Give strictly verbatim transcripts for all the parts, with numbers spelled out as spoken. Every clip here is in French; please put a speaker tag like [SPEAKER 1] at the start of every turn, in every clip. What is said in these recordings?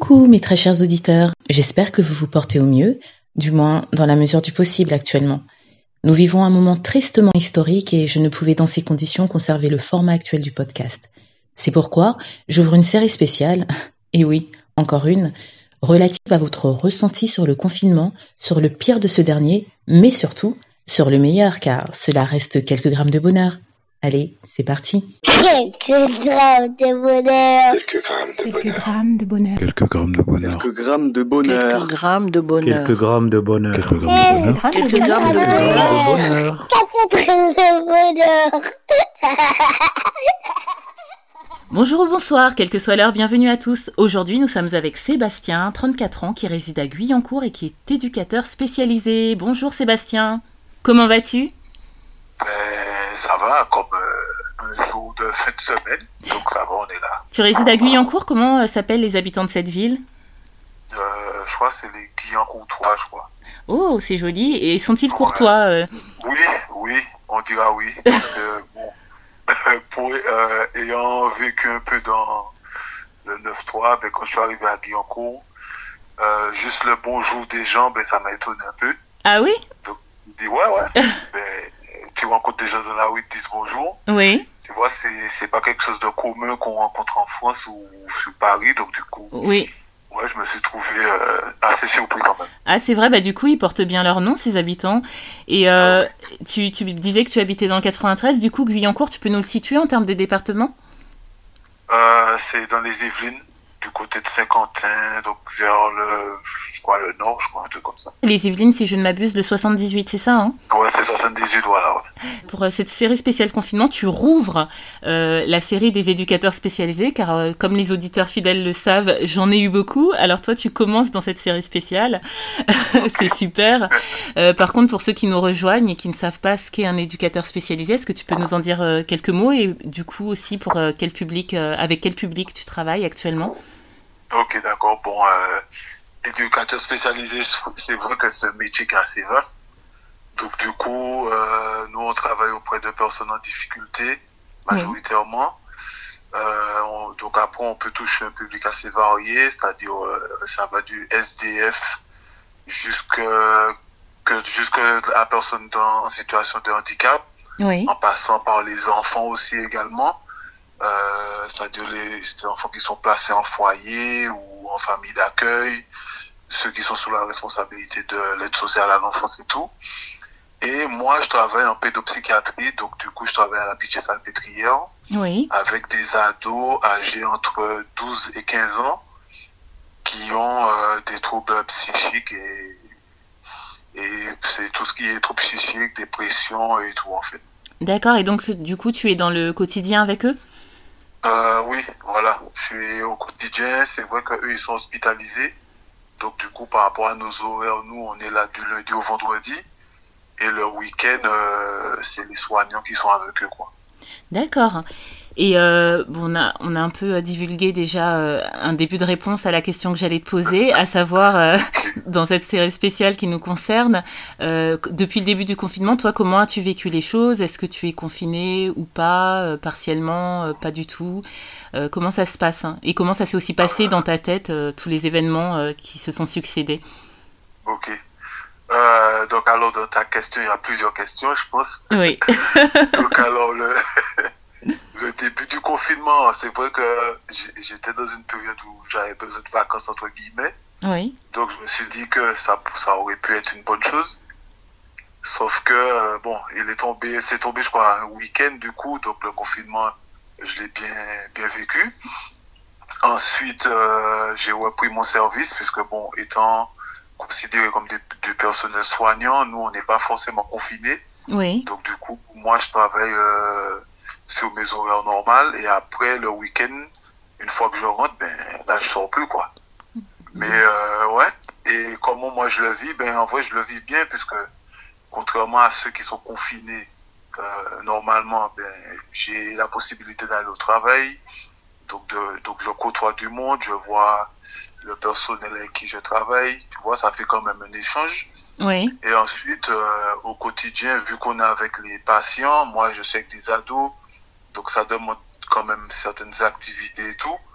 [SPEAKER 1] Coucou mes très chers auditeurs, j'espère que vous vous portez au mieux, du moins dans la mesure du possible actuellement. Nous vivons un moment tristement historique et je ne pouvais dans ces conditions conserver le format actuel du podcast. C'est pourquoi j'ouvre une série spéciale, et oui, encore une, relative à votre ressenti sur le confinement, sur le pire de ce dernier, mais surtout sur le meilleur car cela reste quelques grammes de bonheur. Allez, c'est parti.
[SPEAKER 2] Quelques grammes de bonheur.
[SPEAKER 3] Quelques grammes de bonheur.
[SPEAKER 4] Quelques grammes de bonheur.
[SPEAKER 5] Quelques grammes de bonheur.
[SPEAKER 6] Quelques grammes de bonheur.
[SPEAKER 4] Quelques grammes de bonheur. Quelques grammes de bonheur.
[SPEAKER 6] Quelques grammes de bonheur.
[SPEAKER 2] Quelques grammes de bonheur.
[SPEAKER 1] Bonjour ou bonsoir, quelle que soit l'heure, bienvenue à tous. Aujourd'hui, nous sommes avec Sébastien, trente-quatre ans, qui réside à Guyancourt et qui est éducateur spécialisé. Bonjour Sébastien, comment vas-tu ?
[SPEAKER 7] Ben, ça va, comme euh, un jour de fin de semaine, donc ça va, on est là.
[SPEAKER 1] Tu résides à Guyancourt, comment euh, s'appellent les habitants de cette ville ?
[SPEAKER 7] Euh, je crois que c'est les Guyancourtois, je crois.
[SPEAKER 1] Oh, c'est joli, et sont-ils
[SPEAKER 7] Ouais.
[SPEAKER 1] courtois euh
[SPEAKER 7] Oui, oui, on dira oui, parce que, bon, pour, euh, ayant vécu un peu dans le neuf trois, ben, quand je suis arrivé à Guyancourt, euh, juste le bonjour des gens, ben, ça m'a étonné un peu.
[SPEAKER 1] Ah oui ?
[SPEAKER 7] Donc, je dis ouais, ouais, ben, tu rencontres des gens dans la rue, ils te disent bonjour.
[SPEAKER 1] Oui.
[SPEAKER 7] Tu vois, c'est, c'est pas quelque chose de commun qu'on rencontre en France ou sur Paris, donc du coup,
[SPEAKER 1] Oui.
[SPEAKER 7] ouais, je me suis trouvé euh, assez surpris quand même.
[SPEAKER 1] Ah, c'est vrai, bah du coup, ils portent bien leur nom, ces habitants. Et euh, tu, tu disais que tu habitais dans le quatre-vingt-treize, du coup, Guyancourt, tu peux nous le situer en termes de département ?
[SPEAKER 7] Euh, c'est dans les Yvelines, du côté de Saint-Quentin, donc vers le, je crois, le nord, je crois, un truc comme ça.
[SPEAKER 1] Les Yvelines, si je ne m'abuse, le soixante-dix-huit, c'est ça, hein ?
[SPEAKER 7] Ouais, c'est soixante-dix-huit, voilà, ouais.
[SPEAKER 1] Pour euh, cette série spéciale confinement, tu rouvres euh, la série des éducateurs spécialisés, car euh, comme les auditeurs fidèles le savent, j'en ai eu beaucoup. Alors toi, tu commences dans cette série spéciale. C'est super. Euh, par contre, pour ceux qui nous rejoignent et qui ne savent pas ce qu'est un éducateur spécialisé, est-ce que tu peux nous en dire euh, quelques mots et du coup aussi pour euh, quel public, euh, avec quel public tu travailles actuellement ?
[SPEAKER 7] Ok, d'accord. Bon, euh, éducateur spécialisé, c'est vrai que c'est un métier qui est assez vaste. Donc, du coup, euh, nous, on travaille auprès de personnes en difficulté, majoritairement. Euh, on, donc, après, on peut toucher un public assez varié, c'est-à-dire, euh, ça va du S D F jusqu'à que, jusqu'à la personne dans, en situation de handicap,
[SPEAKER 1] Oui.
[SPEAKER 7] en passant par les enfants aussi également. Euh, c'est-à-dire les, les enfants qui sont placés en foyer ou en famille d'accueil, ceux qui sont sous la responsabilité de l'aide sociale à l'enfance et tout. Et moi, je travaille en pédopsychiatrie, donc du coup, je travaille à la Pitié-Salpêtrière
[SPEAKER 1] Oui.
[SPEAKER 7] avec des ados âgés entre douze et quinze ans qui ont euh, des troubles psychiques et, et c'est tout ce qui est troubles psychiques, dépression et tout en fait.
[SPEAKER 1] D'accord. Et donc, du coup, tu es dans le quotidien avec eux ?
[SPEAKER 7] Euh, oui, voilà. Je suis au quotidien. C'est vrai qu'eux, ils sont hospitalisés. Donc, du coup, par rapport à nos horaires, nous, on est là du lundi au vendredi. Et le week-end, euh, c'est les soignants qui sont avec eux, quoi.
[SPEAKER 1] D'accord. Et euh, bon, on a, on a un peu divulgué déjà euh, un début de réponse à la question que j'allais te poser, à savoir, euh, dans cette série spéciale qui nous concerne, euh, depuis le début du confinement, toi, comment as-tu vécu les choses ? Est-ce que tu es confiné ou pas, euh, partiellement, euh, pas du tout ? euh, Comment ça se passe, hein ? Et comment ça s'est aussi passé dans ta tête, euh, tous les événements euh, qui se sont succédés ?
[SPEAKER 7] Ok. Euh, donc, alors, dans ta question, il y a plusieurs questions, je pense.
[SPEAKER 1] Oui.
[SPEAKER 7] Donc, alors, le... Le début du confinement, c'est vrai que j'étais dans une période où j'avais besoin de vacances, entre guillemets.
[SPEAKER 1] Oui.
[SPEAKER 7] Donc, je me suis dit que ça, ça aurait pu être une bonne chose. Sauf que, bon, il est tombé, c'est tombé, je crois, un week-end, du coup. Donc, le confinement, je l'ai bien, bien vécu. Ensuite, euh, j'ai repris mon service, puisque, bon, étant considéré comme des, du personnel soignant, nous, on n'est pas forcément confinés.
[SPEAKER 1] Oui.
[SPEAKER 7] Donc, du coup, moi, je travaille... Euh, sur mes horaires normales et après le week-end, une fois que je rentre, ben là je sors plus quoi. Mais euh, ouais, et comment moi je le vis, ben en vrai je le vis bien puisque contrairement à ceux qui sont confinés, euh, normalement ben j'ai la possibilité d'aller au travail, donc de, donc je côtoie du monde, je vois le personnel avec qui je travaille, tu vois, ça fait quand même un échange.
[SPEAKER 1] Oui.
[SPEAKER 7] Et ensuite, euh, au quotidien, vu qu'on est avec les patients, moi je sais que des ados, donc ça demande quand même certaines activités et tout.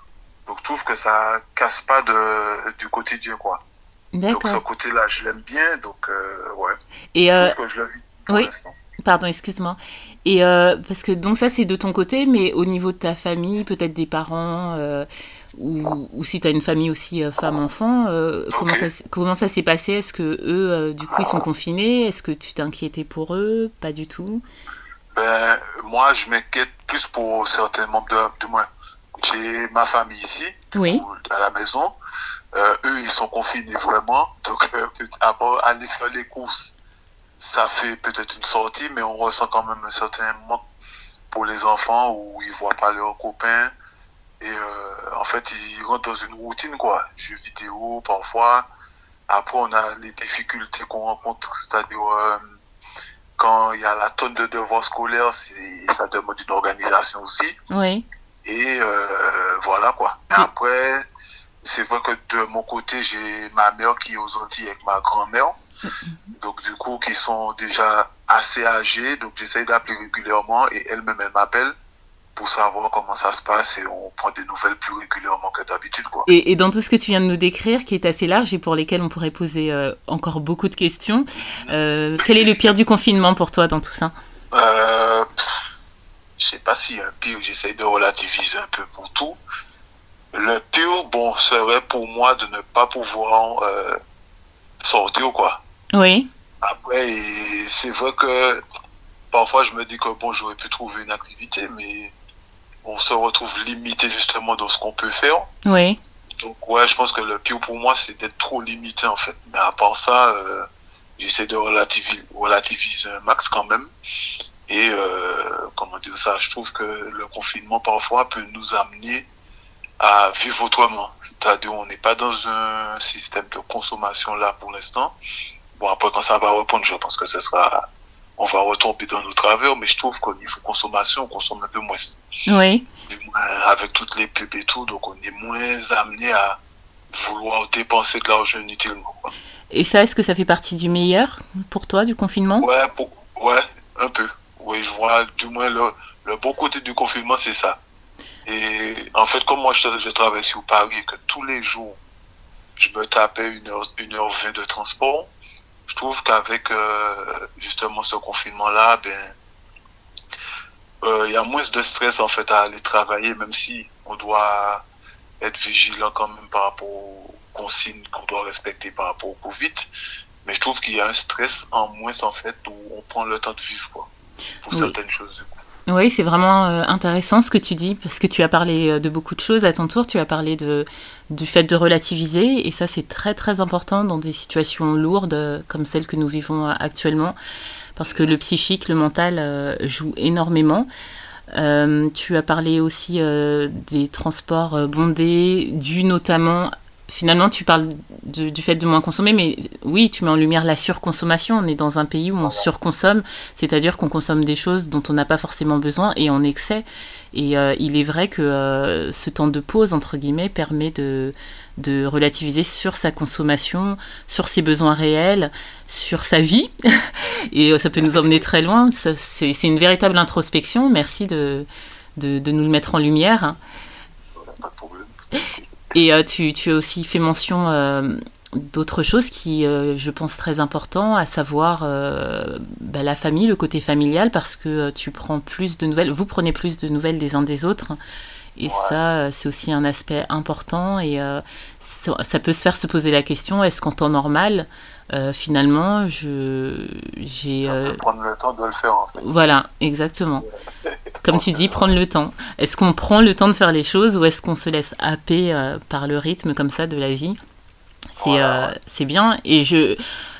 [SPEAKER 7] Donc, je trouve que ça casse pas de, du quotidien, quoi.
[SPEAKER 6] D'accord.
[SPEAKER 7] Donc, ce côté-là, je l'aime bien. Donc, euh, ouais.
[SPEAKER 6] Et
[SPEAKER 7] je
[SPEAKER 6] euh,
[SPEAKER 7] trouve que je le vis pour
[SPEAKER 6] oui.
[SPEAKER 7] l'instant.
[SPEAKER 6] Pardon, excuse-moi. Et euh, parce que donc ça c'est de ton côté, mais au niveau de ta famille, peut-être des parents, euh, ou, ou si tu as une famille aussi euh, femme-enfant, euh,
[SPEAKER 7] Ok.
[SPEAKER 6] comment ça s- comment ça s'est passé? Est-ce que eux, euh, du coup, ils sont confinés? Est-ce que tu t'es inquiété pour eux? Pas du tout.
[SPEAKER 7] Ben, moi, je m'inquiète plus pour certains membres de, de moi. J'ai ma famille ici,
[SPEAKER 6] Oui.
[SPEAKER 7] ou à la maison. Euh, eux, ils sont confinés vraiment. Donc, euh, peut- à part aller faire les courses, ça fait peut-être une sortie, mais on ressent quand même un certain manque pour les enfants où ils voient pas leurs copains. Et euh, en fait, ils rentrent dans une routine, quoi. Jeux vidéo, parfois. Après, on a les difficultés qu'on rencontre, c'est-à-dire euh, quand il y a la tonne de devoirs scolaires, c'est, ça demande une organisation aussi.
[SPEAKER 6] Oui.
[SPEAKER 7] Et euh, voilà, quoi. Et
[SPEAKER 6] Tu-
[SPEAKER 7] après, c'est vrai que de mon côté, j'ai ma mère qui est aux Antilles avec ma grand-mère. Donc, du coup, qui sont déjà assez âgés. Donc, j'essaye d'appeler régulièrement et elle-même, elle m'appelle pour savoir comment ça se passe et on prend des nouvelles plus régulièrement que d'habitude, quoi.
[SPEAKER 6] Et, et dans tout ce que tu viens de nous décrire, qui est assez large et pour lesquels on pourrait poser euh, encore beaucoup de questions, euh, quel est le pire du confinement pour toi dans tout ça?
[SPEAKER 7] Euh, pff, je sais pas si un pire, j'essaye de relativiser un peu pour tout. Le pire, bon, serait pour moi de ne pas pouvoir euh, sortir, quoi.
[SPEAKER 6] Oui.
[SPEAKER 7] Après, et c'est vrai que parfois je me dis que bon, j'aurais pu trouver une activité, mais on se retrouve limité justement dans ce qu'on peut faire.
[SPEAKER 6] Oui.
[SPEAKER 7] Donc ouais, je pense que le pire pour moi, c'est d'être trop limité en fait. Mais à part ça, euh, j'essaie de relativiser, relativiser un max quand même. Et euh, comment dire ça, je trouve que le confinement parfois peut nous amener à vivre autrement. C'est-à-dire on n'est pas dans un système de consommation là pour l'instant. Bon, après quand ça va reprendre, je pense que ce sera, on va retomber dans nos travers, mais je trouve qu'au niveau consommation, on consomme un peu moins.
[SPEAKER 6] Oui.
[SPEAKER 7] Du moins, avec toutes les pubs et tout, donc on est moins amené à vouloir dépenser de l'argent inutilement, quoi.
[SPEAKER 6] Et ça, est-ce que ça fait partie du meilleur pour toi du confinement?
[SPEAKER 7] Ouais, pour, ouais, un peu. Oui, je vois, du moins, le, le bon côté du confinement, c'est ça. Et en fait, comme moi, je, je travaille sur Paris et que tous les jours, je me tapais une heure, une heure vingt de transport, je trouve qu'avec euh, justement ce confinement-là, ben, il euh, y a moins de stress en fait à aller travailler, même si on doit être vigilant quand même par rapport aux consignes qu'on doit respecter par rapport au Covid. Mais je trouve qu'il y a un stress en moins en fait où on prend le temps de vivre, quoi, pour
[SPEAKER 6] Oui.
[SPEAKER 7] certaines choses.
[SPEAKER 6] Oui, c'est vraiment euh, intéressant ce que tu dis, parce que tu as parlé euh, de beaucoup de choses à ton tour, tu as parlé de, du fait de relativiser, et ça c'est très très important dans des situations lourdes euh, comme celles que nous vivons euh, actuellement, parce que le psychique, le mental euh, joue énormément. Euh, tu as parlé aussi euh, des transports euh, bondés, dus notamment... Finalement, tu parles de, du fait de moins consommer, mais oui, tu mets en lumière la surconsommation. On est dans un pays où on surconsomme, c'est-à-dire qu'on consomme des choses dont on n'a pas forcément besoin et en excès. Et euh, il est vrai que euh, ce temps de pause, entre guillemets, permet de, de relativiser sur sa consommation, sur ses besoins réels, sur sa vie. Et euh, ça peut nous emmener très loin. Ça, c'est, c'est une véritable introspection. Merci de, de, de nous le mettre en lumière.
[SPEAKER 7] Pas de problème.
[SPEAKER 6] Et euh, tu, tu as aussi fait mention euh, d'autres choses qui, euh, je pense, très important, à savoir euh, bah, la famille, le côté familial, parce que euh, tu prends plus de nouvelles, vous prenez plus de nouvelles des uns des autres. Et
[SPEAKER 7] Ouais.
[SPEAKER 6] ça, c'est aussi un aspect important. Et euh, ça, ça peut se faire se poser la question, est-ce qu'en temps normal, euh, finalement, je, j'ai...
[SPEAKER 7] Ça
[SPEAKER 6] euh,
[SPEAKER 7] peut prendre le temps de le faire en fait.
[SPEAKER 6] Voilà, exactement. Comme tu dis, prendre le temps. Est-ce qu'on prend le temps de faire les choses ou est-ce qu'on se laisse happer euh, par le rythme comme ça de la vie? C'est,
[SPEAKER 7] Voilà,
[SPEAKER 6] euh,
[SPEAKER 7] ouais.
[SPEAKER 6] c'est bien. Et je,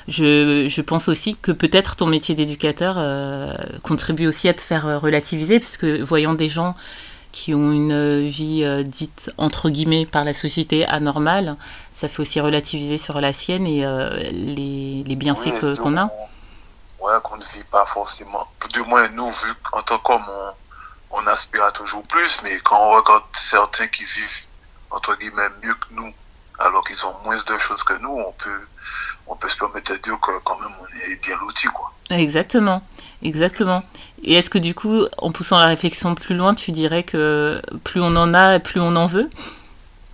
[SPEAKER 6] je, je pense aussi que peut-être ton métier d'éducateur euh, contribue aussi à te faire euh, relativiser, puisque voyant des gens qui ont une vie euh, dite entre guillemets par la société anormale, ça fait aussi relativiser sur la sienne et euh, les, les bienfaits
[SPEAKER 7] Oui,
[SPEAKER 6] que,
[SPEAKER 7] c'est
[SPEAKER 6] qu'on a.
[SPEAKER 7] Ouais, qu'on ne vit pas forcément. Du moins, nous, vu qu'en tant qu'homme, on, on aspire à toujours plus, mais quand on regarde certains qui vivent, entre guillemets, mieux que nous, alors qu'ils ont moins de choses que nous, on peut, on peut se permettre de dire que quand même, on est bien lotis, quoi.
[SPEAKER 6] Exactement, exactement. Et est-ce que du coup, en poussant la réflexion plus loin, tu dirais que plus on en a, plus on en veut?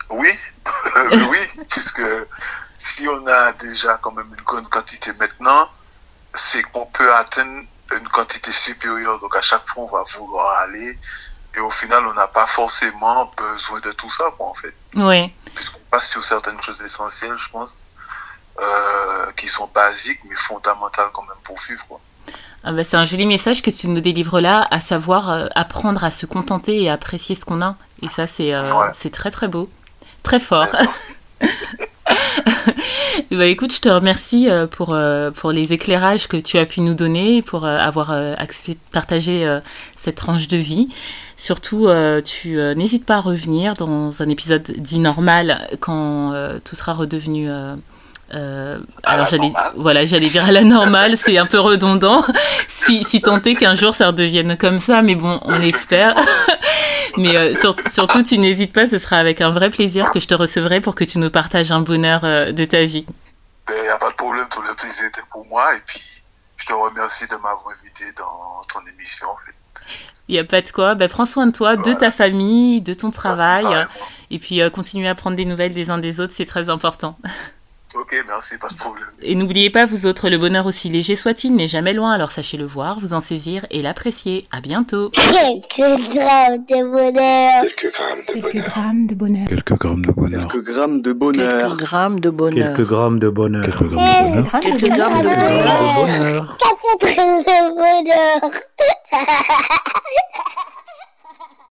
[SPEAKER 7] Oui, oui, puisque si on a déjà quand même une grande quantité maintenant, c'est qu'on peut atteindre une quantité supérieure. Donc à chaque fois, on va vouloir aller. Et au final, on n'a pas forcément besoin de tout ça, quoi, en fait.
[SPEAKER 6] Oui.
[SPEAKER 7] Puisqu'on passe sur certaines choses essentielles, je pense, euh, qui sont basiques, mais fondamentales quand même pour vivre, quoi.
[SPEAKER 6] Ah bah, c'est un joli message que tu nous délivres là, à savoir euh, apprendre à se contenter et à apprécier ce qu'on a. Et ça, c'est, euh,
[SPEAKER 7] Ouais.
[SPEAKER 6] c'est très très beau. Très fort.
[SPEAKER 7] Ouais,
[SPEAKER 6] Bah, écoute, je te remercie euh, pour, euh, pour les éclairages que tu as pu nous donner, pour euh, avoir euh, accepté de partager euh, cette tranche de vie. Surtout, euh, tu euh, n'hésites pas à revenir dans un épisode dit normal quand euh, tout sera redevenu... Euh, euh,
[SPEAKER 7] À
[SPEAKER 6] alors
[SPEAKER 7] la
[SPEAKER 6] j'allais,
[SPEAKER 7] normale.
[SPEAKER 6] voilà, j'allais dire à la normale, c'est un peu redondant, si, si tant est qu'un jour ça redevienne comme ça, mais bon, on l'espère. Mais euh, sur- surtout, tu n'hésites pas, ce sera avec un vrai plaisir que je te recevrai pour que tu nous partages un bonheur euh, de ta vie.
[SPEAKER 7] il n'y a pas de problème, tout le plaisir était pour moi. Et puis, je te remercie de m'avoir invité dans ton émission, en fait.
[SPEAKER 6] Il n'y a pas de quoi. Ben, prends soin de toi, de
[SPEAKER 7] Voilà.
[SPEAKER 6] ta famille, de ton travail.
[SPEAKER 7] Merci, pareillement.
[SPEAKER 6] Et puis, euh, continue à prendre des nouvelles des uns des autres, c'est très important.
[SPEAKER 7] Ok, merci, pas de problème.
[SPEAKER 6] Et n'oubliez pas, vous autres, le bonheur aussi léger soit-il n'est jamais loin, alors sachez le voir, vous en saisir et l'apprécier. À bientôt.
[SPEAKER 2] Quelques grammes de bonheur.
[SPEAKER 4] Quelques grammes de
[SPEAKER 3] Quelques
[SPEAKER 4] bonheur.
[SPEAKER 3] grammes de bonheur.
[SPEAKER 4] Quelques grammes de bonheur.
[SPEAKER 5] Quelques grammes de bonheur.
[SPEAKER 8] Quelques grammes de bonheur.
[SPEAKER 4] Quelques grammes de bonheur. Quelques grammes de bonheur.
[SPEAKER 3] Grammes de
[SPEAKER 8] Quelques
[SPEAKER 3] bonheur.
[SPEAKER 8] grammes de
[SPEAKER 4] Quelques
[SPEAKER 8] bonheur.
[SPEAKER 4] grammes de bonheur.
[SPEAKER 2] Quatre grammes de bonheur.